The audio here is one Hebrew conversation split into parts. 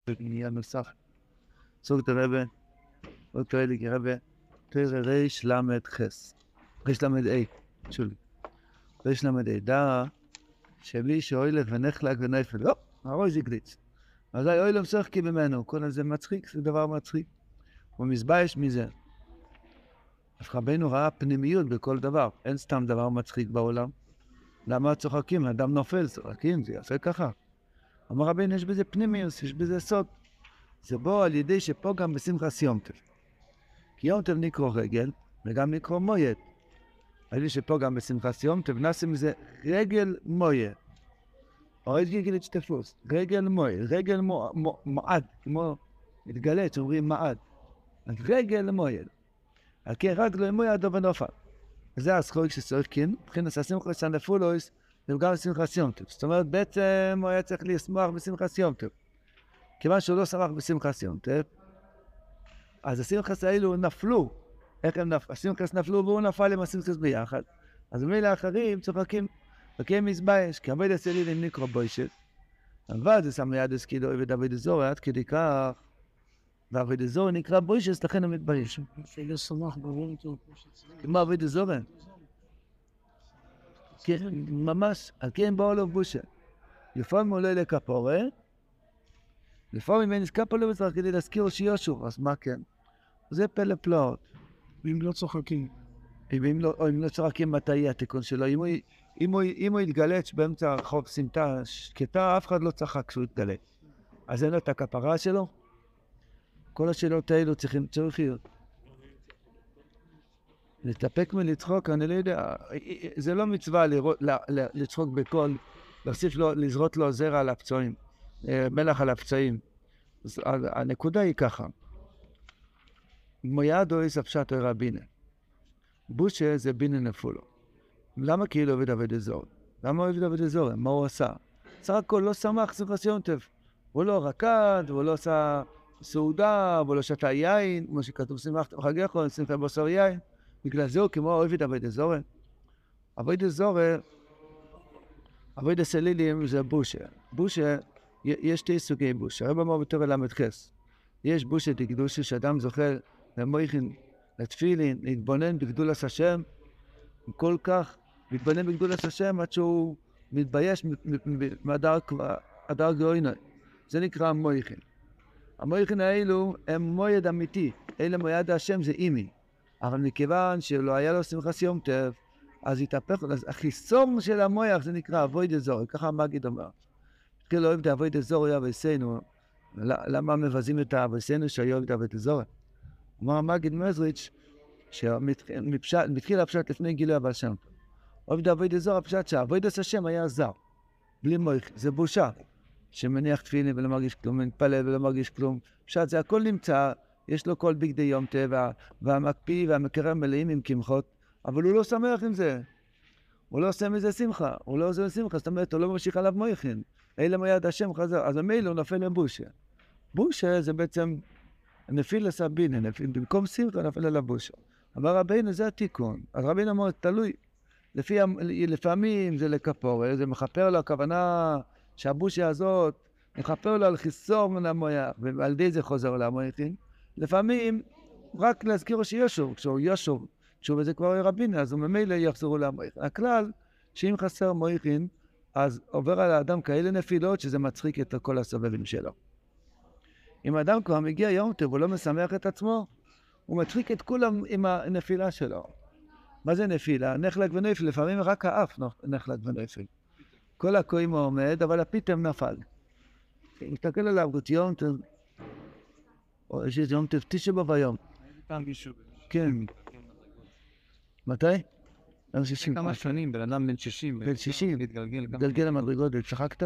בנייה נוסח. סוג תרבה, עוד כאלה כרבה, תראה ריש למד חס. ריש למד אי, שולי. ריש למד אי, דעה שמי שאוילך ונחלק ונפל, לא, הרוי זה גליץ. אז אוילך משחקי ממנו, כל הזה מצחיק, זה דבר מצחיק. הוא מזבייש מזה. אז רבנו ראה פנימיות בכל דבר, אין סתם דבר מצחיק בעולם. למה צוחקים? אדם נופל, צוחקים, זה יעשה ככה. אמר רבנו, יש בזה פנימיות, יש בזה סוד. זה בוא על ידי שפה גם בשמחת יום טוב. כי יום טוב נקרא רגל, וגם נקרא מויד. על ידי שפה גם בשמחת יום טוב, נעשה מזה רגל מויד. או איזה גיל תפוס, רגל מויד, רגל מועד, כמו מתגלת, שאומרים מעד. רגל מויד. על כן רגל מויד דו ונופל. זה הסחוריק שצריך כן, מבחינת השמחת סנדפולויס, וגם בשמחת יום טוב. זאת אומרת, בעצם הוא היה צריך לשמוח בשמחת יום טוב. כיוון שהוא לא שמח בשמחת יום טוב, אז השמחת האלו נפלו. איך הם נפלו? השמחת נפלו והוא נפל עם השמחת ביחד. אז במילה האחרים צוחקים, וכי מזבייש, כי עבד הסלילים נקרא בוישת. אבל זה שם ליד הסקידו עבד עבד אזור, עד כדי כך, ועבד אזור נקרא בוישת, לכן הוא מתבייש. שלא שמח ברור טוב. כמו עבד אזור? כן, ממש, על כן באו לו בושה. לפעמים עולה לכפורה, לפעמים אין נזכר לו בצורך כדי להזכיר שיושו, אז מה כן? זה פלא פלאות. ואם לא צוחקים. אם לא צוחקים מתי יהיה התיקון שלו, אם הוא יתגלץ באמצע הרחוב סמטה שקטה, אף אחד לא צחק כשהוא יתגלץ. אז אין לו את הכפרה שלו? כל השאלות האלו צריכים להיות. להתאפק מלצחוק, אני לא יודע, זה לא מצווה לצחוק בקול, להוסיף לו, לזרות לו זרע על הפצועים, מלח על הפצעים. הנקודה היא ככה, מויד או איס פשט או רבינה. בושה זה בינה נפולו. למה כאילו עובד עבד אזור? למה עובד עבד אזור? מה הוא עשה? סך הכל לא שמח שמחת יום טוב. הוא לא רקד, הוא לא עשה סעודה, הוא לא שתה יין, כמו שכתוב שמחת בחגיך, או שמחת בשר יין. בגלל זה הוא כמו עובד עבד אזור. עבד אזור, עבד הסלילים זה בושה. בושה, יש שתי סוגי בושה. רב אמר בתור למד חס. יש בושה דקדושה שאדם זוכה למויכין, לתפילין, להתבונן בגדולת השם, כל כך מתבונן בגדולת השם עד שהוא מתבייש מהדר גאויני. זה נקרא המויכין. המויכין האלו הם מויד אמיתי, אלה מויד השם זה אימי. אבל מכיוון שלא היה לו שמחת יום טוב, אז התהפך, אז החיסור של המויח זה נקרא אבויד אזור, ככה המגיד אומר. כאילו אוהב את אבויד אזור היה בסיינו, למה מבזים את הבסיינו שהיה אוהב את אבויד אזור? אמר המגיד מזריץ' שמתחיל הפשט לפני גילוי הבעל שם. עובד עבוד אזור הפשט שעבוד השם היה זר, בלי מויך, זה בושה. שמניח תפילין ולא מרגיש כלום, מתפלל ולא מרגיש כלום. פשט זה הכל נמצא, יש לו כל בגדי יום טבע, והמקפיא והמקרר מלאים עם קמחות, אבל הוא לא שמח עם זה. הוא לא עושה מזה שמחה, הוא לא עושה שמחה, זאת אומרת, הוא לא ממשיך עליו מויכין. אלה מיד השם חזר, אז המילא הוא נופל לבושה. בושה זה בעצם נפיל לסבינה, במקום שמחה נפל על הבושה. אבל רבינו זה התיקון. אז רבינו אמר, תלוי. לפעמים זה לכפור, זה מחפר לו, הכוונה שהבושה הזאת, מחפר לו על חיסור מן המויח, ועל די זה חוזר למויחין. לפעמים רק להזכיר שישוב, כשהוא ישוב, כשהוא זה כבר רבינו, אז הוא ממילא יחזרו למויחין. הכלל, שאם חסר מויחין, אז עובר על האדם כאלה נפילות, שזה מצחיק את כל הסובבים שלו. אם האדם כבר מגיע יום טוב, הוא לא משמח את עצמו, הוא מצחיק את כולם עם הנפילה שלו. מה זה נפילה? נחלק ונפל, לפעמים רק האף נחלק ונפל. כל הכויים הוא עומד, אבל הפיתם נפל. מסתכל עליו, זאת יום טוב, או יש יום טוב, תשע בו ביום. פעם מישהו. כן. מתי? כמה שנים, בן אדם בן 60. בן 60. מתגלגל למדרגות, צחקת?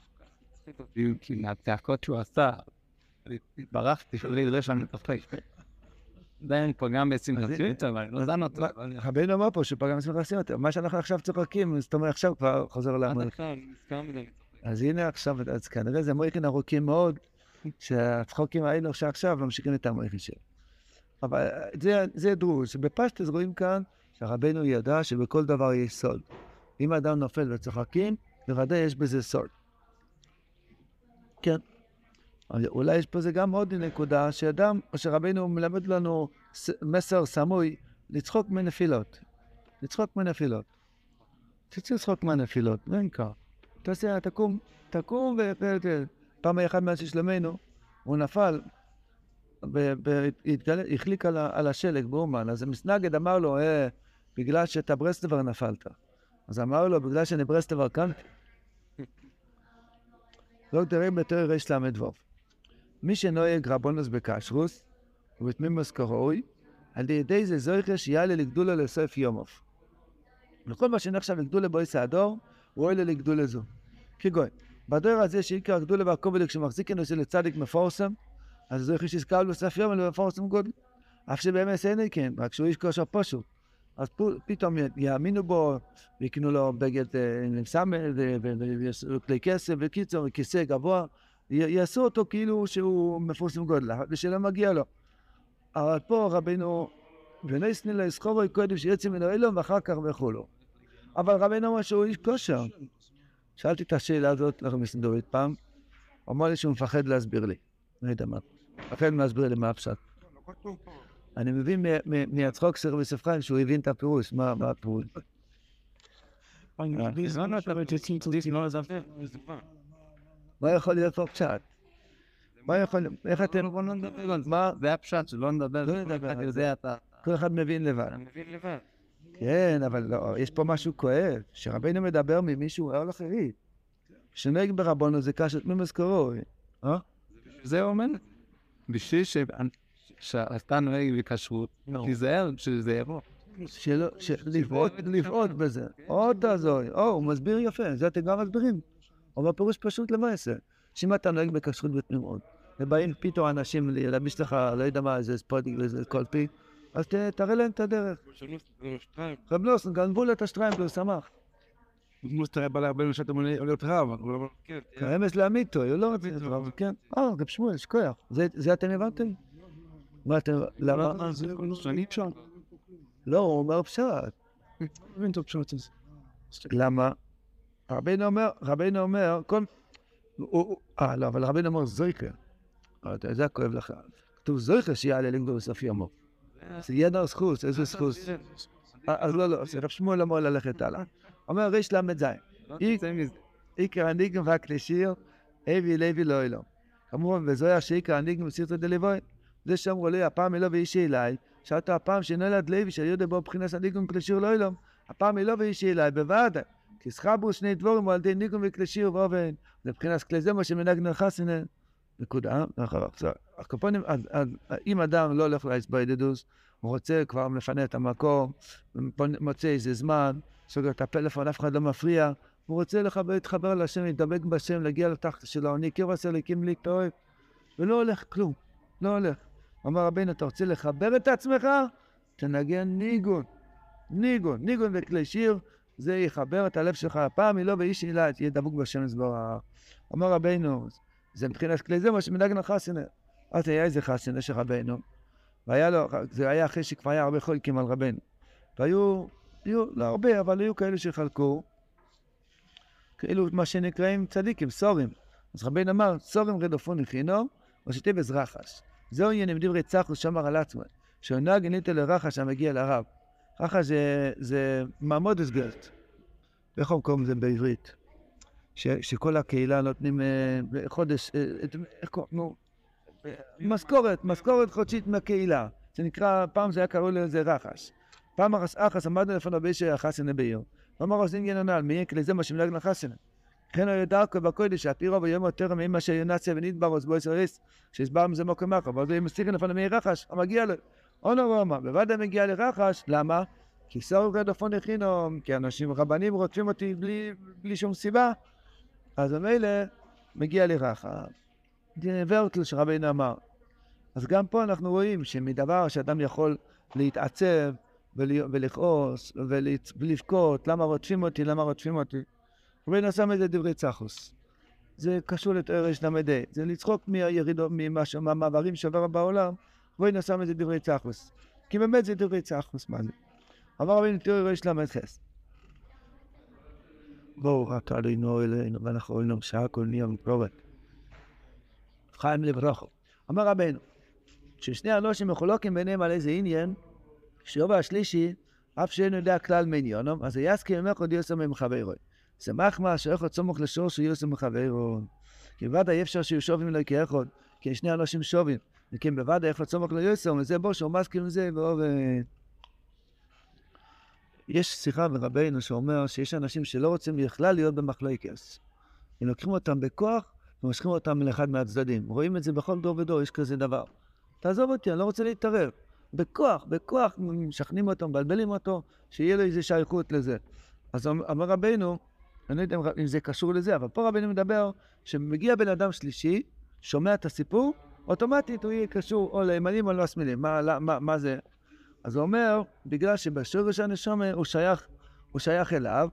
מהצעקות שהוא עשה, התברכתי שלא ידרש לנו תפקי. עדיין פגם בשמחתיות, אבל לא דן אותו. רבינו אמר פה שפגם בשמחתיות, מה שאנחנו עכשיו צוחקים, זאת אומרת עכשיו כבר חוזר למויכין. אז הנה עכשיו, אז כנראה זה מויכין ארוכים מאוד, שהצחוקים האלו שעכשיו ממשיכים את המויכין שלו. אבל זה דרוש, בפשטוס רואים כאן שהרבינו ידע שבכל דבר יש סוד. אם האדם נופל וצוחקים, בוודאי יש בזה סוד. כן. אבל אולי יש פה זה גם עוד נקודה, שאדם, או שרבינו מלמד לנו מסר סמוי, לצחוק מנפילות. לצחוק מנפילות. תצא לצחוק מהנפילות, אין קר. תעשה, תקום פעם אחד מאז ששלמנו, הוא נפל, והחליק על השלג באומן, אז המסנגד אמר לו, בגלל שאתה ברסלבר נפלת. אז אמר לו, בגלל שאני ברסלבר קמתי. לא תראה בתור ריש למד וו. מי שנוהג רבונוס בקשרוס, ובתמימוס כראוי, על ידי זה זויכה שיעלה לגדולה לסוף יומוף. וכל מה שנחשב לגדולה בויס הדור, הוא עולה לגדולה זו. כגוי, בדור הזה שעיקר הגדולה והקובלק שמחזיק אנושי לצדיק מפורסם, אז זויכה שיזכר בסוף יום ולמפורסם גודל. אף שבאמת אין כן, רק שהוא איש כושר פשוט. אז פתאום יאמינו בו, ויקנו לו בגד סמל, וכלי כסף, וקיצור, וכיסא גבוה, יעשו אותו כאילו שהוא מפורסם גודל, ושלא מגיע לו. אבל פה רבינו, וניסני לה יסחובו קודם שיוצא מן האלום, ואחר כך וכולו. אבל רבינו אומר שהוא איש כושר. שאלתי את השאלה הזאת לרמיסן דוד פעם, הוא אמר לי שהוא מפחד להסביר לי. לא יודע מה. מפחד להסביר לי מה הפשט. אני מבין מהצחוק של רבי יוסף חיים שהוא הבין את הפירוש, מה הפירוש. מה יכול להיות פה פשט? מה יכול... איך אתם... מה? זה הפשט שלא נדבר. לא נדבר. זה אתה. כל אחד מבין לבד. אתה מבין לבד. כן, אבל לא, יש פה משהו כואב, שרבינו מדבר ממישהו אוהל אחרי. שנוהג ברבונו זה קשת ממזכרו. זה אומר, בשביל שאתה נוהג בכשרות, תיזהר שזה יבוא. לפעוד בזה. עוד תעזור. הוא מסביר יפה, זה אתם גם מסבירים. אבל פירוש פשוט למעשה. שאם אתה נוהג בכשרות בתמימות, ובאים פתאום אנשים להביש לך, לא יודע מה, איזה ספודיק, איזה קולפי, אז תראה להם את הדרך. רב נוסן, גנבו לו את השטריים, והוא שמח. כמו שתראה בא להרבה שאתה להיות רב, אבל הוא לא... כן. רמז לאמיתו, הוא לא רוצה להיות רב, כן. רב שמואל, שכוח. זה אתם הבנתם? מה אתם... למה? זה אני פשט. לא, הוא אומר פשט. מבין טוב פשט הזה. למה? רבינו אומר, כל... לא, אבל רבינו אומר זויכה. זה הכואב לך. כתוב זויכה שיעלה לגדול בסוף יומו. זה ידע זכוס, איזה זכוס. אז לא, רב שמואל אמור ללכת הלאה. אומר ריש למד זין. איקר הניגם והקלישיר, אבי לוי לא אלו. כמובן, וזויה שאיקר הניגם וסירתו דליבוי. זה שאמרו לי, הפעם אלו ואישי אליי, שאתה הפעם שנולד לוי, שיודע בו מבחינת הניגום וקלישיר לא אלו. הפעם אלו ואישי אליי, בוודאי. כי סחבו שני דבורים על ידי ניגום וקלישיר ואובן. זה מבחינת כלזמו שמנגן חסינן. נקודה, הקופונים, אם אדם לא הולך להסביידדוס, הוא רוצה כבר לפנה את המקום, מוצא איזה זמן, סוגר את הפלאפון, אף אחד לא מפריע, הוא רוצה להתחבר לשם, להתדבק בשם, להגיע לתחת שלו, אני קיר עשה להקים לי את האוהב, ולא הולך כלום, לא הולך. אמר רבינו, אתה רוצה לחבר את עצמך? תנגן ניגון וכלי שיר, זה יחבר את הלב שלך, הפעם היא לא באיש אילה, תהיה דבוק בשם לסבור. אמר רבינו, זה מבחינת כלי זה מה שמנגן חסנה. אז היה איזה חסנה של רבינו, והיה לו, זה היה אחרי שכבר היה הרבה חולקים על רבינו. והיו, לא הרבה, אבל היו כאלה שחלקו, כאילו מה שנקראים צדיקים, סורים. אז רבינו אמר, סורים רדופון הכינו, או שתיבז רחש. זהו עניין עם דברי צחוס שמר על עצמו, שעונה גניתו לרחש המגיע לרב. רחש זה מעמוד הסגרת. איך קוראים זה בעברית? שכל הקהילה נותנים חודש, איך קוראים? משכורת חודשית מהקהילה. זה נקרא, פעם זה היה קראו לזה רחש. פעם אחס עמדנו לפניו באיש החסנה בעיר. ואמר עושים גננל, מי יקלה זה מה שמלגן החסנה. לכן הוא ידע כה בקודש, שהפירו ויום יותר מאמא שיונציה ונדבר, אז בו יסריס, שהסברם זה מוקם אחר, ואז הוא מסתירים לפניו מי רחש, המגיע לו. אונו ואומר, בוודאי מגיע לרחש, למה? כי סור רדופון הכינו, כי אנשים רבנים רודפים אותי בלי שום סיבה. אז המילא מגיע לרחש. זה ורטל שרבינו אמר. אז גם פה אנחנו רואים שמדבר שאדם יכול להתעצב ולכעוס ולבכות, למה רודפים אותי. רבינו שם את זה דברי צחוס. זה קשור לתרש למדי. זה לצחוק מהמעברים שעבר בעולם, רבינו שם את זה דברי צחוס. כי באמת זה דברי צחוס, מה זה? אמר רבינו תראו יש למד חס. בואו רק עלינו אלינו, ואנחנו אלינו שעה כל נהיה מפרורת. חיים לברוכו. אמר רבנו, ששני אנושים מחולקים ביניהם על איזה עניין, שיובה השלישי, אף שאינו יודע כלל מעניונם, אז יסכים ממך עוד יוסם ממחברו. זה מחמא שאיכות סמוך לשור שיוסם ממחברו. כי בוודאי אי אפשר שיהיו שובים לו כאחד, כי שני אנושים שובים. וכי בוודאי איכות סמוך ליוסם, וזה בו שהוא מסכים עם זה, יש שיחה ברבנו שאומר שיש אנשים שלא רוצים בכלל להיות במחלוקת. הם לוקחים אותם בכוח ומשכים אותם לאחד מהצדדים. רואים את זה בכל דור ודור, יש כזה דבר. תעזוב אותי, אני לא רוצה להתערב. בכוח משכנים אותו, מבלבלים אותו, שיהיה לו איזו שייכות לזה. אז אמר רבנו, אני לא יודע אם זה קשור לזה, אבל פה רבנו מדבר שמגיע בן אדם שלישי, שומע את הסיפור, אוטומטית הוא יהיה קשור או לימנים או לא שמאלים. מה זה? אז הוא אומר, בגלל שבשורש הנשמה הוא שייך אליו,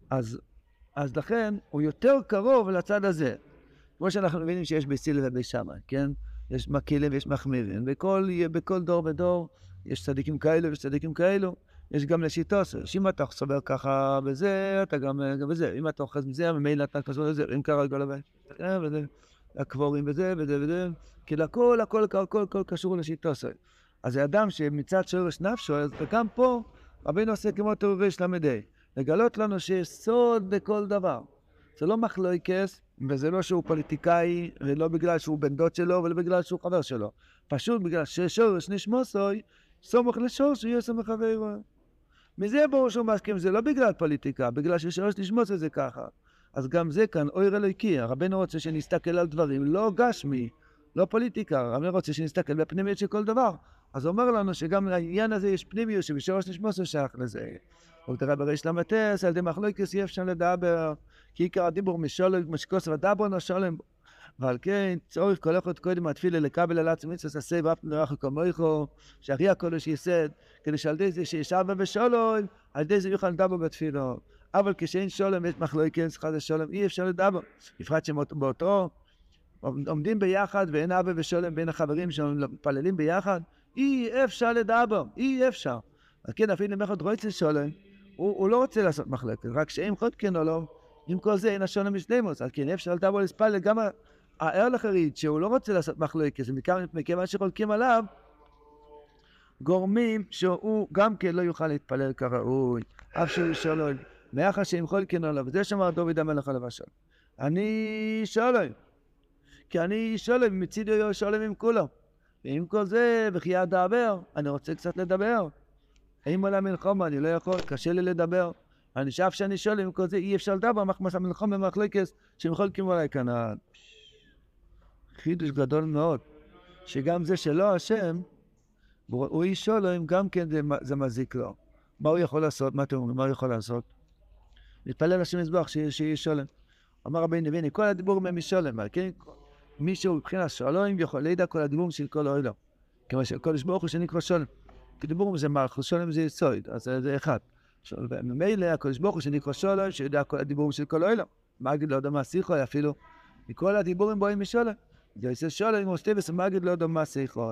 אז לכן הוא יותר קרוב לצד הזה. כמו שאנחנו מבינים שיש בסיל ובשמה, כן? יש מקילים ויש מחמירים. בכל דור ודור יש צדיקים כאלו ויש צדיקים כאלו. יש גם לשיטוס, שאם אתה סובר ככה בזה, אתה גם בזה. אם אתה אוחז מזה, ממילא אתה כזו לזה. אם קרה כל הבית, וזה, הקבורים בזה וזה. כי הכל קשור לשיטוס. אז זה אדם שמצד שורש נפשו, וגם פה רבינו עושה כמו תירובי שלמדי. לגלות לנו שיש סוד בכל דבר. זה לא מחלוקס, וזה לא שהוא פוליטיקאי, ולא בגלל שהוא בן דוד שלו, ולא בגלל שהוא חבר שלו. פשוט בגלל ששורש נשמוסוי, סומך לשורש שיהיה סומך חברו. מזה ברור שהוא מסכים, זה לא בגלל פוליטיקה, בגלל ששורש נשמוסוי זה ככה. אז גם זה כאן, אויר אלוהיקי, הרבנו רוצה שנסתכל על דברים, לא גשמי, לא פוליטיקה, הרבנו רוצה שנסתכל בפנימיות של כל דבר. אז הוא אומר לנו שגם לעניין הזה יש פנימיות שבשורש נשמוסוי שייך לזה. הוא תראה בריש למטס, על ידי מחלוקס אי אפשר לדבר, כי עיקר הדיבור משולם, משקוס ודבר נשולם. ועל כן, צורך כל אחד קודם התפילה לקבל על עצמי, עשה ואף נראה כמויכו, שאחרי הקודש יסד, כדי שעל ידי זה שישב בשולם, על ידי זה יוכל לדבר בתפילו. אבל כשאין שולם, יש מחלוקס, חד השולם, אי אפשר לדבר. בפרט שבאותו, עומדים ביחד, ואין אבא ושולם בין החברים שמפללים ביחד, אי אפשר לדבר, אי אפשר. אז כן, אפילו אם אחד רוצה שולם, הוא לא רוצה לעשות מחלקת, רק שאם חוד כן או לא, עם כל זה אין השולם משלימוס, אז כן, אפשר לדבר לספלל, גם הערך הריד שהוא לא רוצה לעשות מחלקת, מכיוון שחולקים עליו, גורמים שהוא גם כן לא יוכל להתפלל כראוי, אף שהוא שולם, מאחר שאם חוד כן או לא, וזה שאמר דוד המלך עליו השולם. אני שולם, כי אני שולם, מצידי שולם עם כולו, ועם כל זה, וכי אדבר, אני רוצה קצת לדבר. אם עולה מלחמה, אני לא יכול, קשה לי לדבר. אני שאף שאני שואל אם כל זה אי אפשר לדבר, מחמס המלחמה במחלקס, שמחולקים עליי כאן. חידוש גדול מאוד, שגם זה שלא השם, הוא איש שולם, גם כן זה מזיק לו. מה הוא יכול לעשות? מה אתם אומרים? מה הוא יכול לעשות? להתפלל השם יזבח שיהיה שולם. אמר רבי נביני, כל הדיבור מהם משולם, כן? מישהו מבחינת שולם יכול לידע כל הדיבור של כל אוהלו. כמו שקודש ברוך הוא שנקרא שולם. כי דיבור זה מלכוס, שולם זה יסוד, אז זה אחד. וממילא הקודש ברוך הוא שנקרא שולם, שיודע כל הדיבורים של כל אוהלו. מגיד לא יודע מה שיחו, אפילו מכל הדיבורים באים משולם. זה יעשה שולם עם אוסטבס, מגיד לא יודע מה שיחו.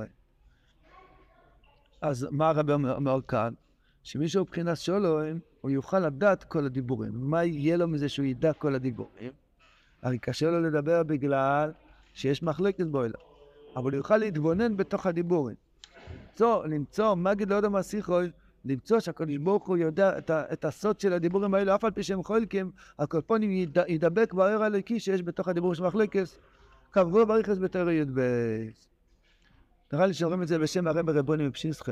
אז מה הרבי אומר כאן? שמישהו מבחינת שולם, הוא יוכל לדעת כל הדיבורים. מה יהיה לו מזה שהוא ידע כל הדיבורים? הרי קשה לו לדבר בגלל שיש מחלוקת באוהלו. אבל הוא יוכל להתבונן בתוך הדיבורים. למצוא, מגיד לא יודע מה שיחוי, למצוא שהקדוש ברוך הוא יודע את הסוד של הדיבורים האלו, אף על פי שהם חולקים, הקורפונים ידבק באור האלוקי שיש בתוך הדיבור של מחלוקס, קברו בריחס בתורה י"ב. נראה לי שאומרים את זה בשם הרב רבוני מפשינסחה,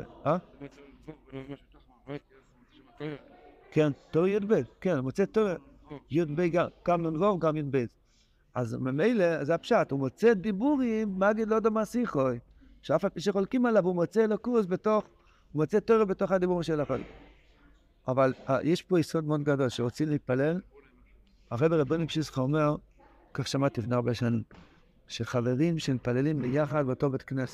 כן, תורה י"ב, כן, מוצא תורה, י"ב גם נ"ו, גם י"ב. אז ממילא, זה הפשט, הוא מוצא דיבורים, מגיד לא יודע מה שיחוי. שאף על פי שחולקים עליו, הוא מוצא אלוקות בתוך, הוא מוצא תורה בתוך הדיבור של החול. אבל יש פה יסוד מאוד גדול, שרוצים להתפלל, הרב רבוני מפשינסחה אומר, כך שמעתי לפני הרבה שנים, שחברים שמתפללים ביחד באותו בית כנסת.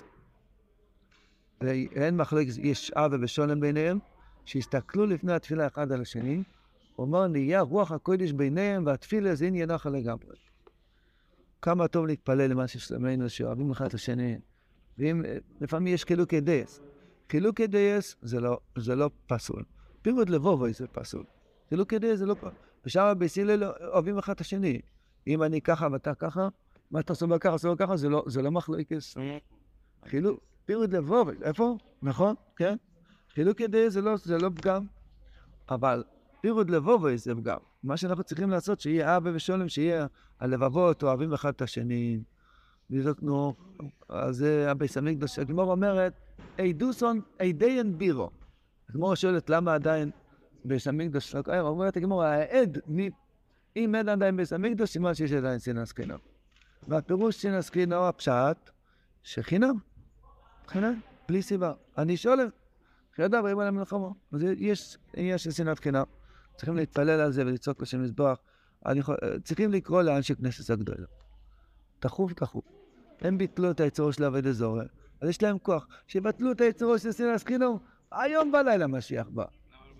ואין מחלוקת, יש אבא ושולם ביניהם, שהסתכלו לפני התפילה אחד על השני, הוא אומר, נהיה רוח הקודש ביניהם, והתפילה זה עניין אחר לגמרי. כמה טוב להתפלל למה ששלמנו, שאוהבים אחד את השני. ואם לפעמים יש חילוקי דייס. חילוקי דייס זה לא פסול. פירוט לבובוי זה פסול. חילוקי דייס זה לא פסול. ושם בסילל אוהבים אחד את השני. אם אני ככה ואתה ככה, מה אתה סובר ככה, סובר ככה, זה לא מחלוקס. חילוק, פירוד לבוב, איפה? נכון, כן? חילוק ידי זה לא פגם, אבל פירוד לבוב זה פגם. מה שאנחנו צריכים לעשות, שיהיה אבא ושולם, שיהיה הלבבות אוהבים אחד את השני. וזאת נו, אז הבייס המקדוש, הגמור אומרת, אידיין בירו. הגמור שואלת למה עדיין בייס המקדוש, אומרת הגמור, העד, אם אין עדיין בייס המקדוש, סימן שיש עדיין שנאת חינם. והפירוש שנאת חינם, הפשט, שחינם, בלי סיבה. אני שואלת, חידה באים על המלחמה. אז יש שנאת חינם. צריכים להתפלל על זה ולצעוק לשם מזבח. צריכים לקרוא לאנשי כנסת הגדולה. תחוף. הם ביטלו את היצרו של עבד אזור, אז יש להם כוח. שיבטלו את היצרו של שנאת חינם, היום בלילה משיח בא.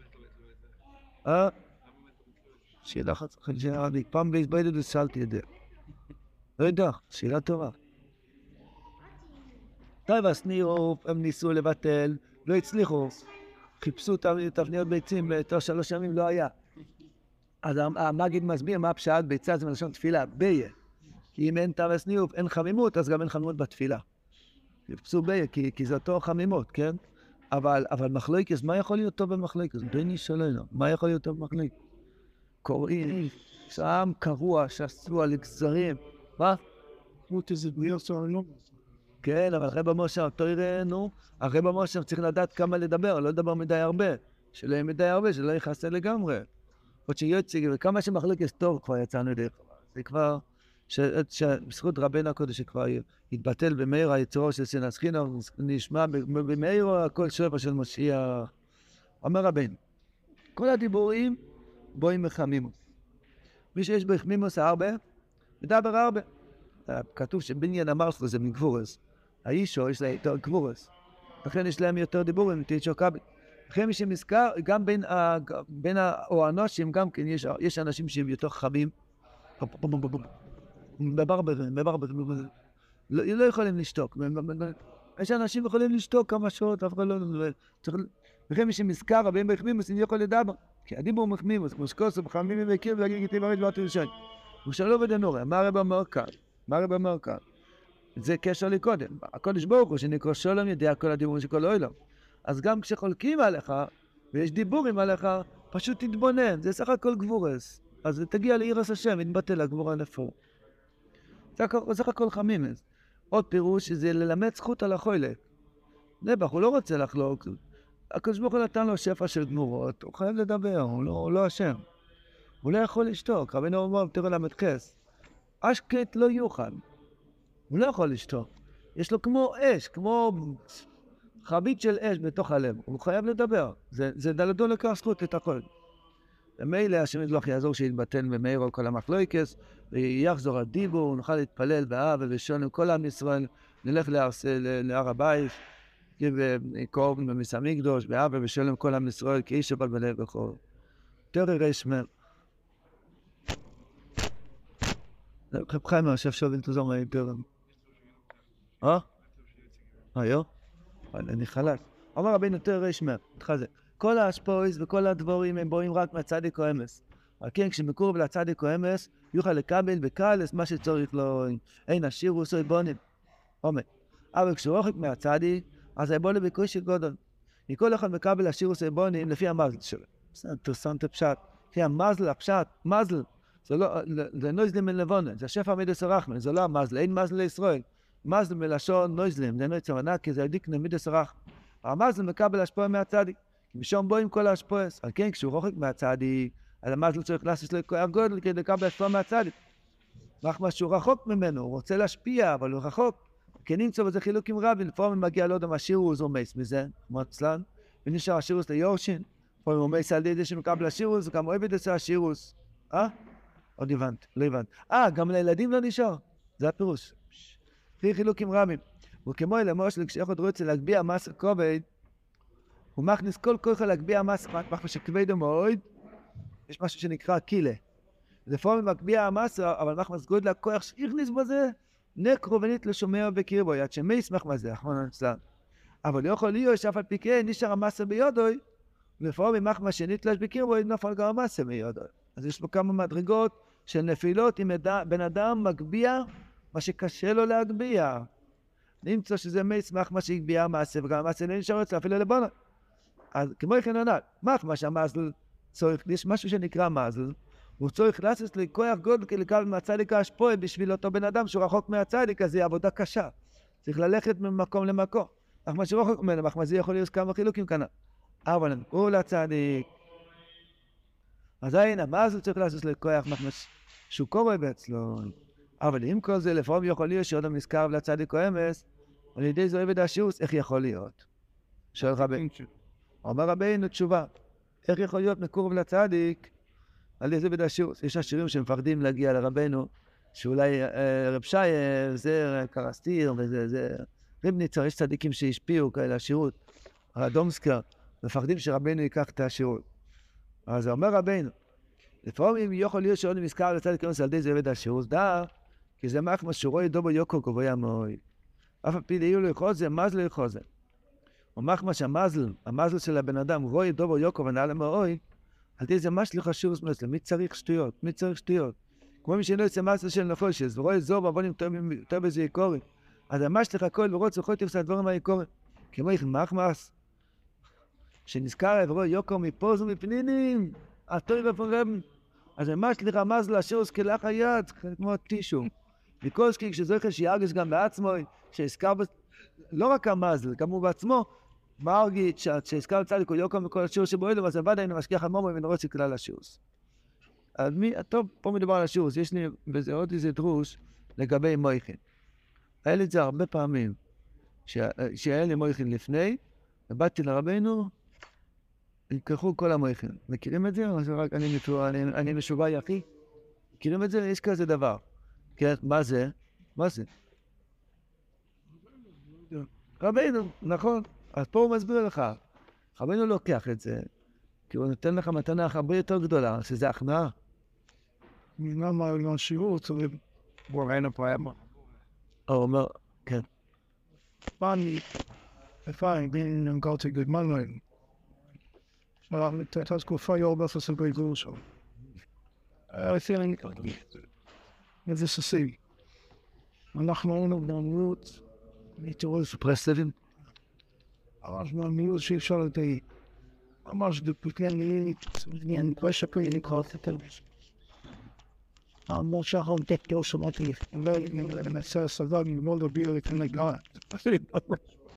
שאלה אחת, פעם בהתביידות שאלתי את זה. לא יודע, שאלה טובה. טוב, הסניוף, הם ניסו לבטל, לא הצליחו. חיפשו תבניות ביצים, בתוך 3 ימים לא היה. אז המגיד מסביר מה פשט ביצה, זה מלשון תפילה, ביה. כי אם אין תו הסניוף, אין חמימות, אז גם אין חמימות בתפילה. חיפשו ביה, כי זה אותו חמימות, כן? אבל מחלוקס, מה יכול להיות טוב במחלוקס? בני שלנו, מה יכול להיות טוב במחלוקס? קוראים, שם קרוע, שעשו על גזרים. מה? כן, אבל אחרי במושב, תראינו, אחרי במושב צריך לדעת כמה לדבר, לא לדבר מדי הרבה. שלא יהיה מדי הרבה, שלא יכסה לגמרי. עוד שיוצא, וכמה שמחלוקס טוב כבר יצאנו דרך. זה כבר, שבזכות רבנו הקודש שכבר התבטל במאיר היצרו של שנאת חינם, נשמע במאיר הכל שפע של משיח. אומר רבנו, כל הדיבורים בואים מחמימוס. מי שיש בו חמימוס הרבה, מדבר הרבה. כתוב שבניין המלכות זה מגבורס. האישו יש לה יותר גבורס. לכן יש להם יותר דיבורים, תיצ'ו קבל. לכן מי שמזכר, גם בין האנשים, גם כן יש אנשים שהם יותר חמים. לא יכולים לשתוק. יש אנשים יכולים לשתוק כמה שעות, אף אחד לא... לכן מי שמזכר, רבים בחמימוס, אני יכול לדבר. כי הדיבור מחמימוס, כמו שכוסו, בחמימי וקיר, ולהגיד איתי מרית ואתה יושן. ושלום ודנוריה, מה הרב אומר כאן? זה קשר לי קודם. הקודש ברוך הוא שנקרא שולם יודע כל הדיבורים של כל העולם. אז גם כשחולקים עליך, ויש דיבורים עליך, פשוט תתבונן, זה סך הכל גבורס. אז תגיע לעירס השם, יתבטל הגבור הנפור. זה סך הכל חמימס. עוד פירוש שזה ללמד זכות על החולק. נבח, הוא לא רוצה לחלוק. הקודש ברוך הוא נתן לו שפע של גמורות, הוא חייב לדבר, הוא לא אשם. הוא לא יכול לשתוק. רבינו אומר, תראה למדחס. אשקט לא יוכל. הוא לא יכול לשתוק. יש לו כמו אש, כמו חבית של אש בתוך הלב. הוא חייב לדבר. זה דלתו לקח זכות את הכל. ומילא השם יזבח יעזור שיתבטל במאירו כל המחלוקס, ויחזור הדיבור, נוכל להתפלל באב ובשון כל עם ישראל, נלך להר הבית, וקורב במס המקדוש, באב ובשון כל עם ישראל, כאיש אבל בלב בכל. תראה שמר. חב חיימה, שף שובין תוזור מהאימפרם. יו? אני חלק. אומר רבינו תראה שמר, תחזה. כל האשפויס וכל הדבורים הם בואים רק מהצדיק או אמס. אבל כן, כשמקורב לצדיק או אמס, יוכל לקבל בקלס מה שצריך לו. אין השירו סוי בונים. אומר. אבל כשהוא רוחק מהצדיק, אז היבונה בקושי גודל. כל אחד מקבל השירו סוי בונים לפי המזל שלו. זה אינטרסנט הפשט. לפי המזל, הפשט, מזל. זה נויזלים מלבונה, זה השפע מידס הרחמן, זה לא המזל, אין מזל לישראל. מזל מלשון נויזלים, זה נויז ענק, כי זה הדיקנה מידס הרחמן. המזל מקבל השפוע מהצדיק. משום בו עם כל ההשפועס. על כן, כשהוא רוחק מהצדיק, אז המזל צריך לעשות לו כוח גודל כדי לקבל השפוע מהצדיק. מה שהוא רחוק ממנו, הוא רוצה להשפיע, אבל הוא רחוק. כן נמצא בזה חילוקים רבים, לפעמים מגיע לו עוד השירוס או מייס מזה, כמו אצלן, ונשאר השירוס ליורשין, לפעמים הוא מייס על ידי שמקבל השירוס, וגם אוהב את זה השירוס. עוד לא הבנת. גם לילדים לא נשאר. זה הפירוש. לפי חילוקים רבים. וכמו למשל, כשאחד רוצה להגביע מס הכובד, הוא מכניס כל כוח להגביע מס, משהו שכבדו מאוד, יש משהו שנקרא קילה. לפעמים מגביע המס, אבל מחמס גודל הכוח שהכניס בזה, נקרו ונית לשומע בקרבו, יד שמי ישמח מזה, אחרון הנצלן. אבל לא יכול להיות שאף על פי כן נשאר המסה ביודוי, ולפעמים מחמס שנתלש בקרבו, נפל גם המסה ביודוי. אז יש פה כמה מדרגות של נפילות, אם בן אדם מגביע מה שקשה לו להגביה. נמצא שזה מסמך מה שהגביה מעשה, וגם המעשה לא נשאר אצלו אפילו לבונה. אז כמו כן עונה, מה שהמזל צריך, יש משהו שנקרא מזל, הוא צריך לעשות לי כוח גודל לקבל מהצדיק השפועה בשביל אותו בן אדם שהוא רחוק מהצדיק, אז זה עבודה קשה. צריך ללכת ממקום למקום. אך מה שרחוק ממנו, אך מה זה יכול להיות כמה חילוקים כאן. אבל הוא לצדיק. אז הנה, המזל צריך לעשות לי כוח שהוא קורא אצלו. אבל עם כל זה, לפעמים יכול להיות שאדם נזכר לצדיק או אמס, על ידי זה עבד השיעוס, איך יכול להיות? שואל רבי. אומר רבינו תשובה, איך יכול להיות מקורב לצדיק על ידי עבד השיעוס? יש השירים שמפחדים להגיע לרבינו, שאולי רב שייר, זה קרסטיר, וזה ריבניצר, יש צדיקים שהשפיעו כאלה השירות, הרדומסקר, מפחדים שרבינו ייקח את השירות. אז אומר רבינו, לפעמים יכול להיות שעוד נזכר לצדיק אמס על ידי זה עבד השיעוס, כי זה מחמא שרואי דובו יוקו קובויה מאוי. אף הפי ליהו לא יכול זה, מזל לא יכול זה. ומחמא שהמזל של הבן אדם, רואי דובו יוקו ונעלה מאוי, על ידי זה משליך חשוב מסלם. מי צריך שטויות? מי צריך שטויות? כמו מי שלא יצא מזל של נחושס, ורואי זור ועבונים טוב בזה יקורי. אז המשליך הכל ורוצה יכול תפסה דברים היקורי. כמו איך מחמאס, שנזכר ורואי יוקו מפוז ומפנינים, הטוי ופורם. אז המשליך המזל השירוס כלאח היד, כמו טישו. ויקולסקי כשזוכר שיארגש גם בעצמו, שהזכר לא רק המזל, גם הוא בעצמו, מרגית שהזכר צדיק הוא יוקם מכל השיעור שבו אלו, אז עבד היינו משגיח המומו ונרוץ לכלל השיעוס. אז טוב, פה מדובר על השיעוס, יש לי בזה עוד איזה דרוש לגבי מויכין. היה לי את זה הרבה פעמים, שהיה לי מויכין לפני, ובאתי לרבינו, יקחו כל המויכין. מכירים את זה? אני משובה יחי. מכירים את זה? יש כזה דבר. כן, מה זה? מה זה? רבינו, נכון. אז פה הוא מסביר לך. רבינו לוקח את זה, כי הוא נותן לך מתנה הרבה יותר גדולה, שזה הכנעה. למה השיעור צריך בורנו פריימה? הוא אומר, כן. Funny, if I didn't go to good money, that's good for you, but it's a great also. I think זה ססים. אנחנו היינו במיעוט, מתירוס פרסטיבים? ממש במיעוט שאי אפשר לתאי. ממש דפותיין מילינית, אני כבר שקוי לקרוא את הטלבוס. ממש שאנחנו מתקתיו שמעתי, אני לא יודע, אני מנסה סבבה, אני לא יודע בי, אני כאן לגעת.